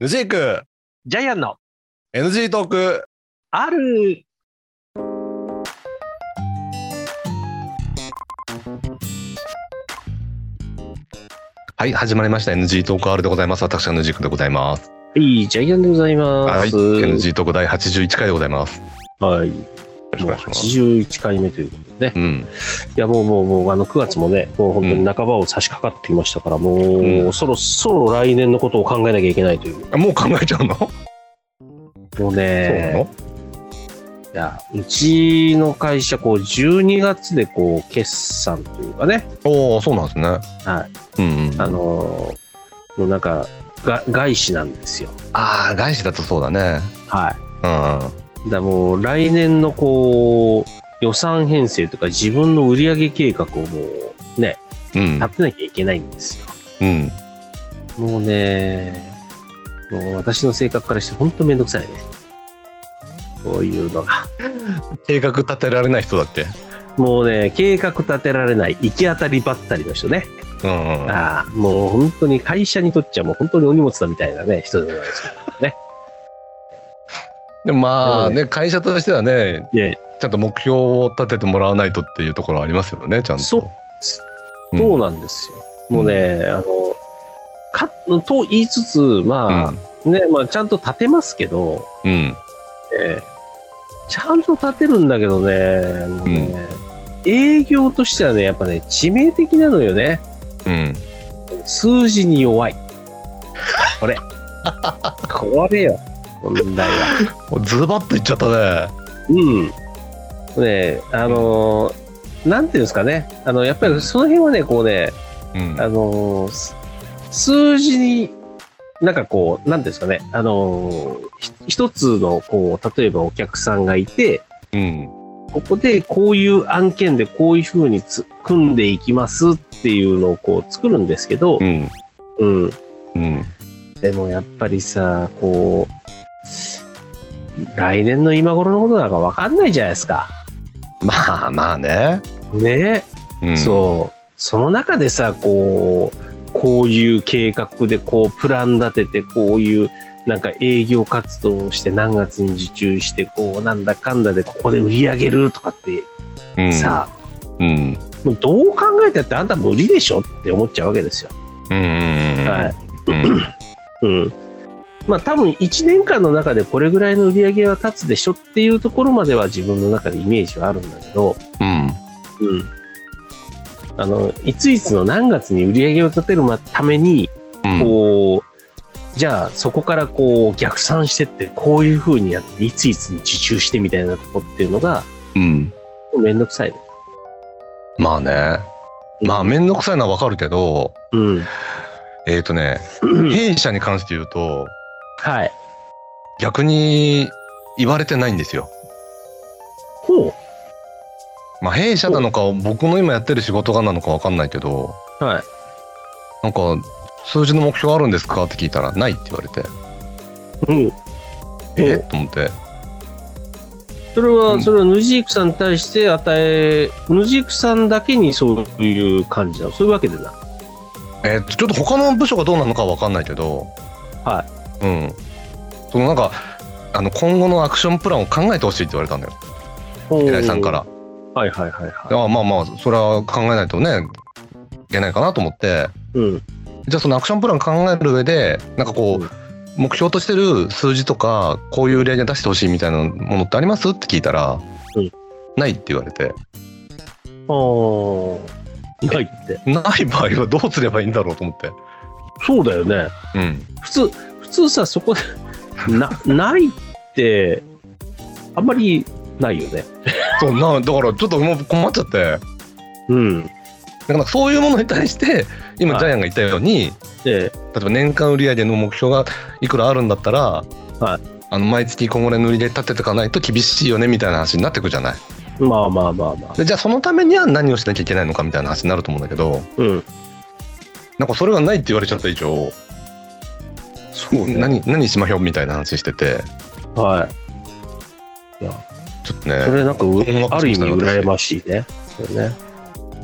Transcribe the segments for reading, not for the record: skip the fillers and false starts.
ヌジークジャイアンの NG トーク。 ある。 はい、始まりました NG トーク R でございます。私はヌジークでございます。 いいジャイアンでございます。 はい、NG トーク第81回でございます。 はい。 よろしくお願いします。 81回目ということでね。 うん。 いやもう9月もね、もう本当に半ばを差し掛かってきましたから、もう、そろそろ来年のことを考えなきゃいけないという。 もう考えちゃうの？ もうね。 そうなの？ いや、うちの会社12月で決算というかね。 おお、そうなんですね。 はい。 うんうん。 もうなんか外資なんですよ。 ああ、外資だとそうだね。 はい。 うん。 だもう来年の予算編成とか自分の売上計画をもうね、立てなきゃいけないんですよ。 うん。 もうね、もう私の性格からして本当めんどくさいね。こういうのが。 計画立てられない人だって。 もうね、計画立てられない、行き当たりばったりの人ね。もう本当に会社にとっちゃもう本当にお荷物だみたいなね、人でございますけどね。 でもまあね、会社としてはね、ちゃんと目標を立ててもらわないとっていうところありますよね、ちゃんと。 そうなんですよ。もうね、と言いつつ、まあちゃんと立てますけど、ちゃんと立てるんだけどね、もうね、営業としてはね、やっぱね、致命的なのよね。数字に弱い。これよ、問題は。 ズバッと言っちゃったね。 ね、なんていうんですかね、やっぱりその辺はね、数字に、なんかなんていうんですかね、一つの、例えばお客さんがいて、ここでこういう案件でこういう風に組んでいきますっていうのを作るんですけど、でもやっぱりさ、来年の今頃のことなんか分かんないじゃないですか。 まあね。 そう。その中でさ、こういう計画でプラン立てて、こういうなんか営業活動をして何月に受注して、なんだかんだでここで売り上げるとかって、さ、もうどう考えたってあんた無理でしょって思っちゃうわけですよ。まあ多分1年間の中でこれぐらいの売り上げは立つでしょっていうところまでは自分の中でイメージはあるんだけど、いついつの何月に売り上げを立てるために、じゃあそこから逆算してってこういう風にやっていついつに受注してみたいなとこっていうのが、めんどくさいね。 まあね。まあめんどくさいのはわかるけど、弊社に関して言うと、逆に言われてないんですよ。まあ弊社なのか僕の今やってる仕事がなのかわかんないけど、なんか数字の目標あるんですかって聞いたらないって言われて、と思って。 それはヌジークさんに対してヌジークさんだけにそういう感じなの？そういうわけでな。 ちょっと他の部署がどうなのかは分かんないけど、そのなんか今後のアクションプランを考えてほしいって言われたんだよ、偉いさんから。まあそれは考えないとねいけないかなと思って、じゃあそのアクションプラン考える上でなんか目標としてる数字とかこういう売り上げ出してほしいみたいなものってありますって聞いたら、ないって言われて。 ないって。 ない場合はどうすればいいんだろうと思って。 そうだよね。普通さ、そこでないってあんまりないよね。 だからちょっともう困っちゃって。だからそういうものに対して今ジャイアンが言ったように、例えば年間売上の目標がいくらあるんだったら、毎月こんぐらいの売り上げ立てていかないと厳しいよねみたいな話になってくじゃない。でじゃあそのためには何をしなきゃいけないのかみたいな話になると思うんだけど、なんかそれがないって言われちゃった以上、何しまひょみたいな話してて、ちょっとね、 それなんかある意味羨ましいね。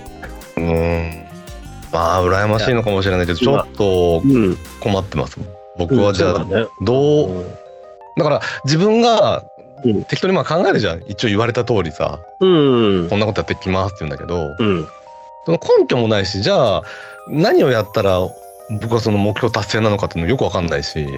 まあ羨ましいのかもしれないけど、ちょっと困ってます僕はじゃあ、だから自分が適当に考えるじゃん。一応言われた通りさ、こんなことやってきますって言うんだけど、その根拠もないし、じゃあ何をやったら僕はその目標達成なのかっていうのよくわかんないし。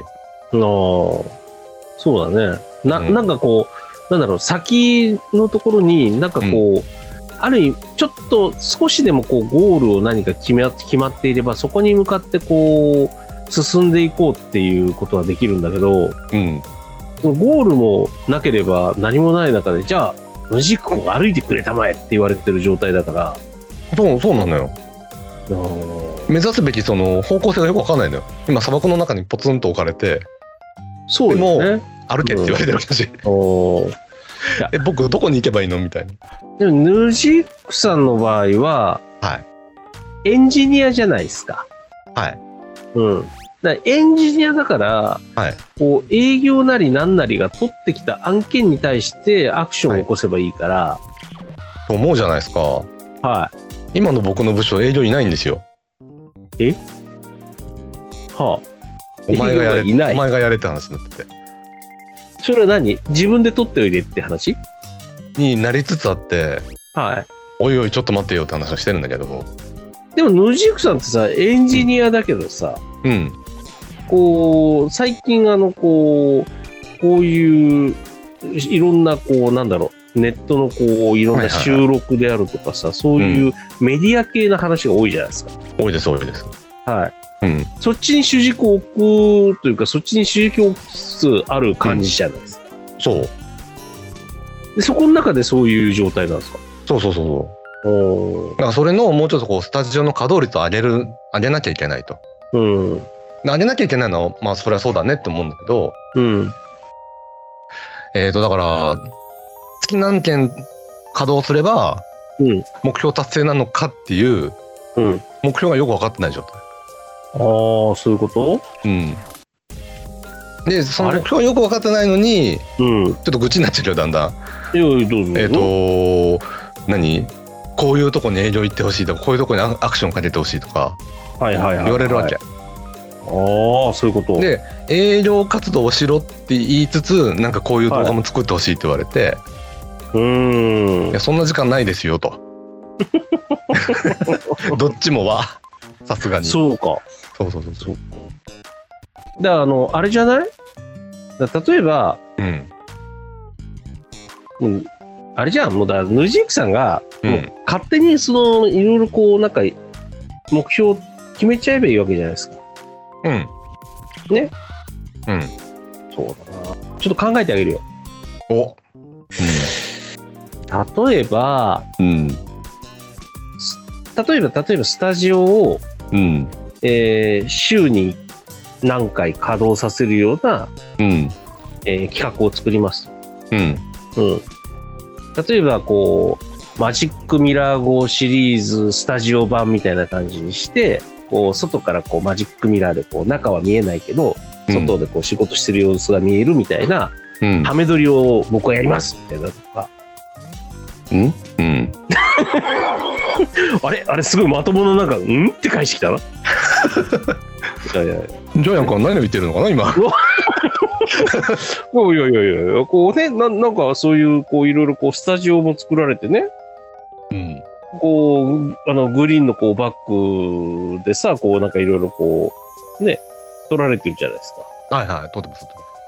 そうだね。なんかこう、なんだろう、先のところになんかこう、ある意味ちょっと少しでもこうゴールを何か決まっていれば、そこに向かってこう進んでいこうっていうことはできるんだけど、そのゴールもなければ何もない中で、じゃあ野宿君歩いてくれたまえって言われてる状態だから。 そうなのよ。目指すべきその方向性がよくわかんないのよ。今砂漠の中にポツンと置かれて、 そうですね。 歩けって言われてるし、僕どこに行けばいいのみたいな。 でもヌジクさんの場合は、エンジニアじゃないですか。だからエンジニアだから、こう営業なりなんなりが取ってきた案件に対してアクションを起こせばいいから。 と思うじゃないですか。今の僕の部署営業いないんですよ。お前がやれって話になってて。 それは何？自分で取っておいでって話になりつつあって、おいおいちょっと待ってよって話をしてるんだけど。 でもヌジクさんってさ、エンジニアだけどさ、こう最近こういういろんなこうなんだろう、ネットのこういろんな収録であるとかさ、そういうメディア系の話が多いじゃないですか。 多いです。 そっちに主軸を置くというか、そっちに主軸を置きつつある感じじゃないですか。でそこの中でそういう状態なんですか。 だからそれのもうちょっとこうスタジオの稼働率を上げなきゃいけないと。上げなきゃいけないのはまあそれはそうだねって思うんだけど、だから月何件稼働すれば目標達成なのかっていう目標がよく分かってない状態。 そういうこと？ でその目標がよく分かってないのに、ちょっと愚痴になっちゃうよだんだん。何？こういうとこに営業行ってほしいとか、こういうとこにアクションかけてほしいとか言われるわけ。 そういうこと。 で営業活動をしろって言いつつ、なんかこういう動画も作ってほしいって言われて、いやそんな時間ないですよと。どっちもはさすがに。そうか。 だからあれじゃない？例えば、あれじゃん、もうだからヌジークさんが、もう勝手にそのいろいろこうなんか目標決めちゃえばいいわけじゃないですか。ね。そうだな。ちょっと考えてあげるよ。例えば、スタジオを、週に何回稼働させるような、企画を作ります。例えばこうマジックミラー号シリーズスタジオ版みたいな感じにして、こう外からこうマジックミラーでこう中は見えないけど、外でこう仕事してる様子が見えるみたいな、ハメ撮りを僕はやりますみたいなとか。あれすごいまともななんかって返してきたな。 ジャイアン君は何を言ってるのかな今。 いやこうね、なんかそういうこういろいろこうスタジオも作られてね、こうグリーンのこうバックでさ、こうなんかいろいろこうね撮られてるじゃないですか。 撮ってます。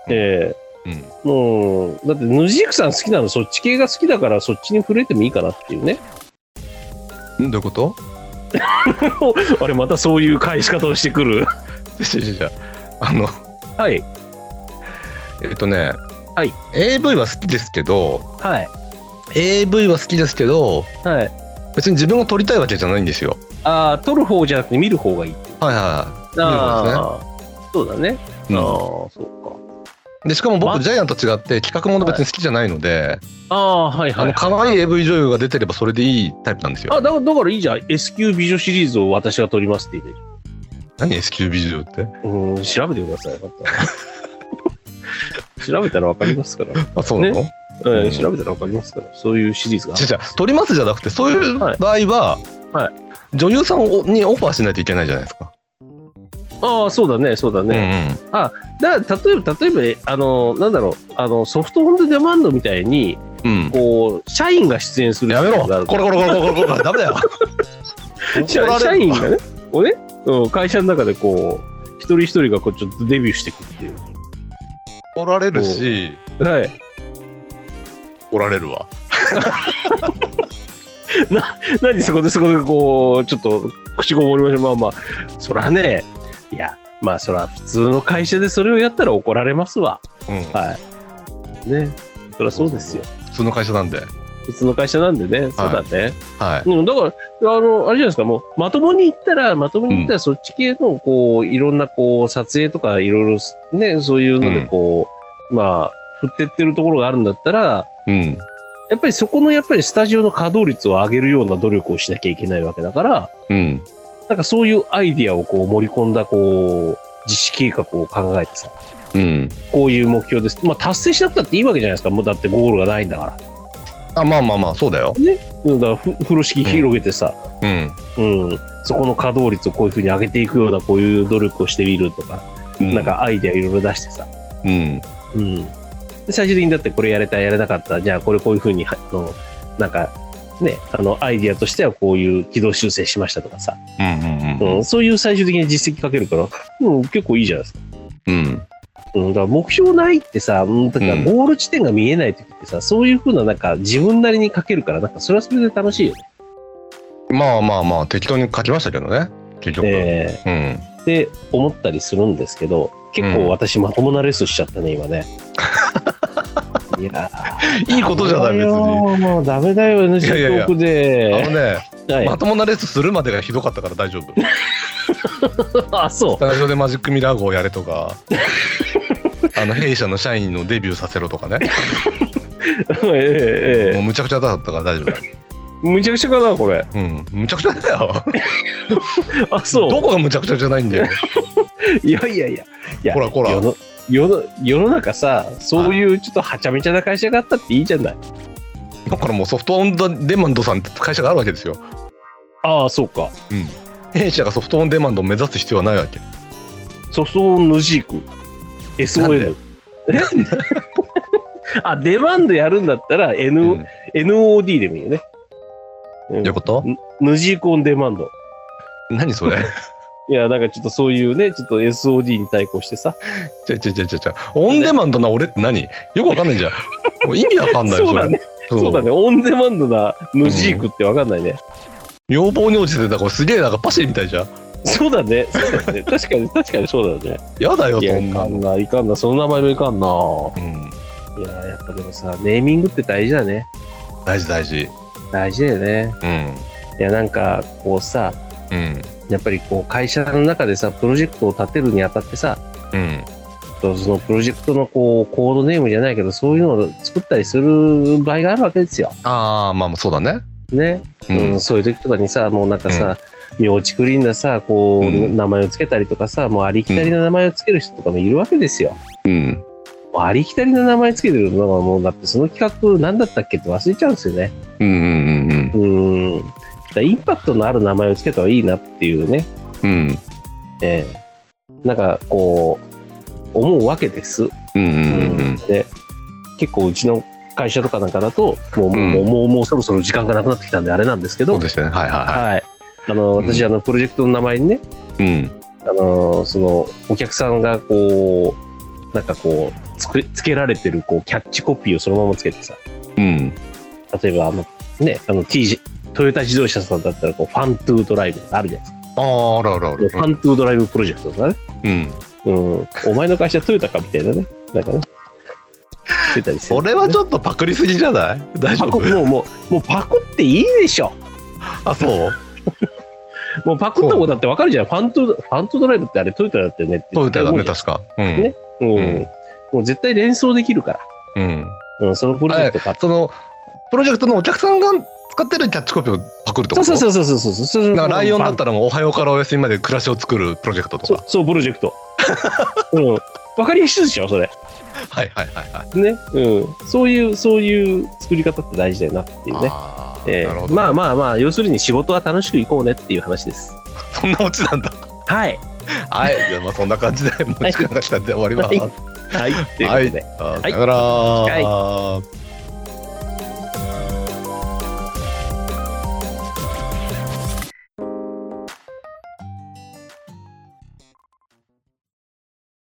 もうだってヌジークさん好きなのそっち系が好きだから、そっちに触れてもいいかなっていうね。 どういうこと？ あれまたそういう返し方をしてくる。 AV は好きですけど、AV は好きですけど、別に自分が撮りたいわけじゃないんですよ。 撮る方じゃなくて見る方がいい。そうだね。そうか。 でしかも僕ジャイアンと違って企画もの別に好きじゃないので、可愛い AV 女優が出てればそれでいいタイプなんですよ。 だからいいじゃん。S 級美女シリーズを私が撮りますって言って。 何 S 級美女って？ 調べてください。調べたらわかりますから。 そうなの？ 調べたらわかりますから。そういうシリーズが。 撮りますじゃなくて、そういう場合は、女優さんにオファーしないといけないじゃないですか。 ああ、そうだね、そうだね。うんうん、あ、だから例えばなんだろう、ソフトオンデマンドみたいに、うん、こう社員が出演する。 やめろ。これダメだよ。 社員がね、会社の中でこう一人一人がこうちょっとデビューしていくっていう。 怒られるし、 はい。 怒られるわ。 何そこでこうちょっと口ごもりましょう。まあまあそらね、いやまあそら普通の会社でそれをやったら怒られますわ。うん、はい。ね、そらそうですよ。 普通の会社なんで。 普通の会社なんでね、そうだね。 はい。 うん、だからあれじゃないですか、もうまともに言ったらそっち系のこういろんなこう撮影とかいろいろね、そういうのでこう、まあ振ってってるところがあるんだったら、うん。やっぱりそこのスタジオの稼働率を上げるような努力をしなきゃいけないわけだから、うん、なんかそういうアイディアをこう盛り込んだこう実施計画を考えてさ、うん、こういう目標です。まあ達成しなくたっていいわけじゃないですか。もうだってゴールがないんだから。 あ、まあそうだよ。 ね、だから風呂敷広げてさ、うんうん、そこの稼働率をこういうふうに上げていくようなこういう努力をしてみるとか、うん、なんかアイディアいろいろ出してさ、うんうん。で最終的にだってこれやれたやれなかった、じゃあこういうふうになんかね、アイディアとしてはこういう軌道修正しましたとかさ、そういう最終的に実績かけるから、結構いいじゃないですか。だから目標ないってさ、だからゴール地点が見えない時ってさ、そういうふうななんか自分なりに書けるから、なんかそれはそれで楽しいよね。 まあ適当に書きましたけどね、結局。 って思ったりするんですけど、結構私まともなレスしちゃったね今ね。いやいいことじゃない別に。 もうダメだよ NC トークで。 はい、まともなレスするまでがひどかったから大丈夫。 あ、そう。 スタジオでマジックミラー号やれとか、弊社の社員のデビューさせろとかね。もうむちゃくちゃだったから大丈夫。 むちゃくちゃかなこれ。 うん、むちゃくちゃだよ。 あ、そう。 どこがむちゃくちゃじゃないんだよ。 いや。 ほら。 世の中さ、そういうちょっとはちゃめちゃな会社があったっていいじゃない。 だからもうソフトオンデマンドさんって会社があるわけですよ。 ああ、そうか。 うん。弊社がソフトオンデマンドを目指す必要はないわけ。 ソフトオンヌジーク SON。あ、デマンドやるんだったら、NOD でもいいよね。 どういうこと？ ヌジークオンデマンド。 何それ？ いや、なんかちょっとそういうね、ちょっと SOD に対抗してさ。 オンデマンドな俺って何？よくわかんないじゃん。もう意味わかんないよ、 そうだね。そうだね。オンデマンドなヌジークってわかんないね。 要望に応じてたからすげえなんかパシリみたいじゃん。 そうだね。確かにそうだね。 やだよ、そんな。いかんな。その名前もいかんな。いや、やっぱでもさ、ネーミングって大事だね。 大事。 大事だよね。いや、なんか、こうさ、やっぱりこう会社の中でさ、プロジェクトを立てるにあたってさ、そのプロジェクトのこうコードネームじゃないけど、そういうのを作ったりする場合があるわけですよ。 ああ、まあそうだね。 ね、そういう時とかにさ、もうなんかさ、妙ちくりんなさ、こう、名前をつけたりとかさ、もうありきたりな名前をつける人とかもいるわけですよ。もうありきたりな名前つけてるのがもうだってその企画何だったっけって忘れちゃうんですよね。インパクトのある名前をつけた方がいいなっていうね。なんかこう思うわけです。で、結構うちの会社とかなんかだともうそろそろ時間がなくなってきたんであれなんですけど。 そうですね。はい。 私プロジェクトの名前にね、そのお客さんがこうなんかこうつけられてるこうキャッチコピーをそのままつけてさ。例えばトヨタ自動車さんだったらこうファントゥードライブあるじゃないですか。 ある。 ファントゥードライブプロジェクトとかね。お前の会社トヨタかみたいなね。なんかね。 それはちょっとパクりすぎじゃない？大丈夫？ もうパクっていいでしょ。 あ、そう？ もうパクったことだってわかるじゃん。ファントドライブってあれトヨタだったよねって。 トヨタだね、確か。 ね。もう絶対連想できるから。そのプロジェクトか。 そのプロジェクトのお客さんが使ってるキャッチコピーをパクるってこと？ そう。 だからライオンだったらもうおはようからお休みまで暮らしを作るプロジェクトとか。 そうプロジェクト。わかりやすいでしょそれ。 はい。 ね、そういう作り方って大事だよなっていうね。なるほど。まあ要するに仕事は楽しくいこうねっていう話です。 そんなオチなんだ。 はい。 はい、じゃあまあそんな感じでもう時間が来たんで終わります。 はい、ということで。 さよなら。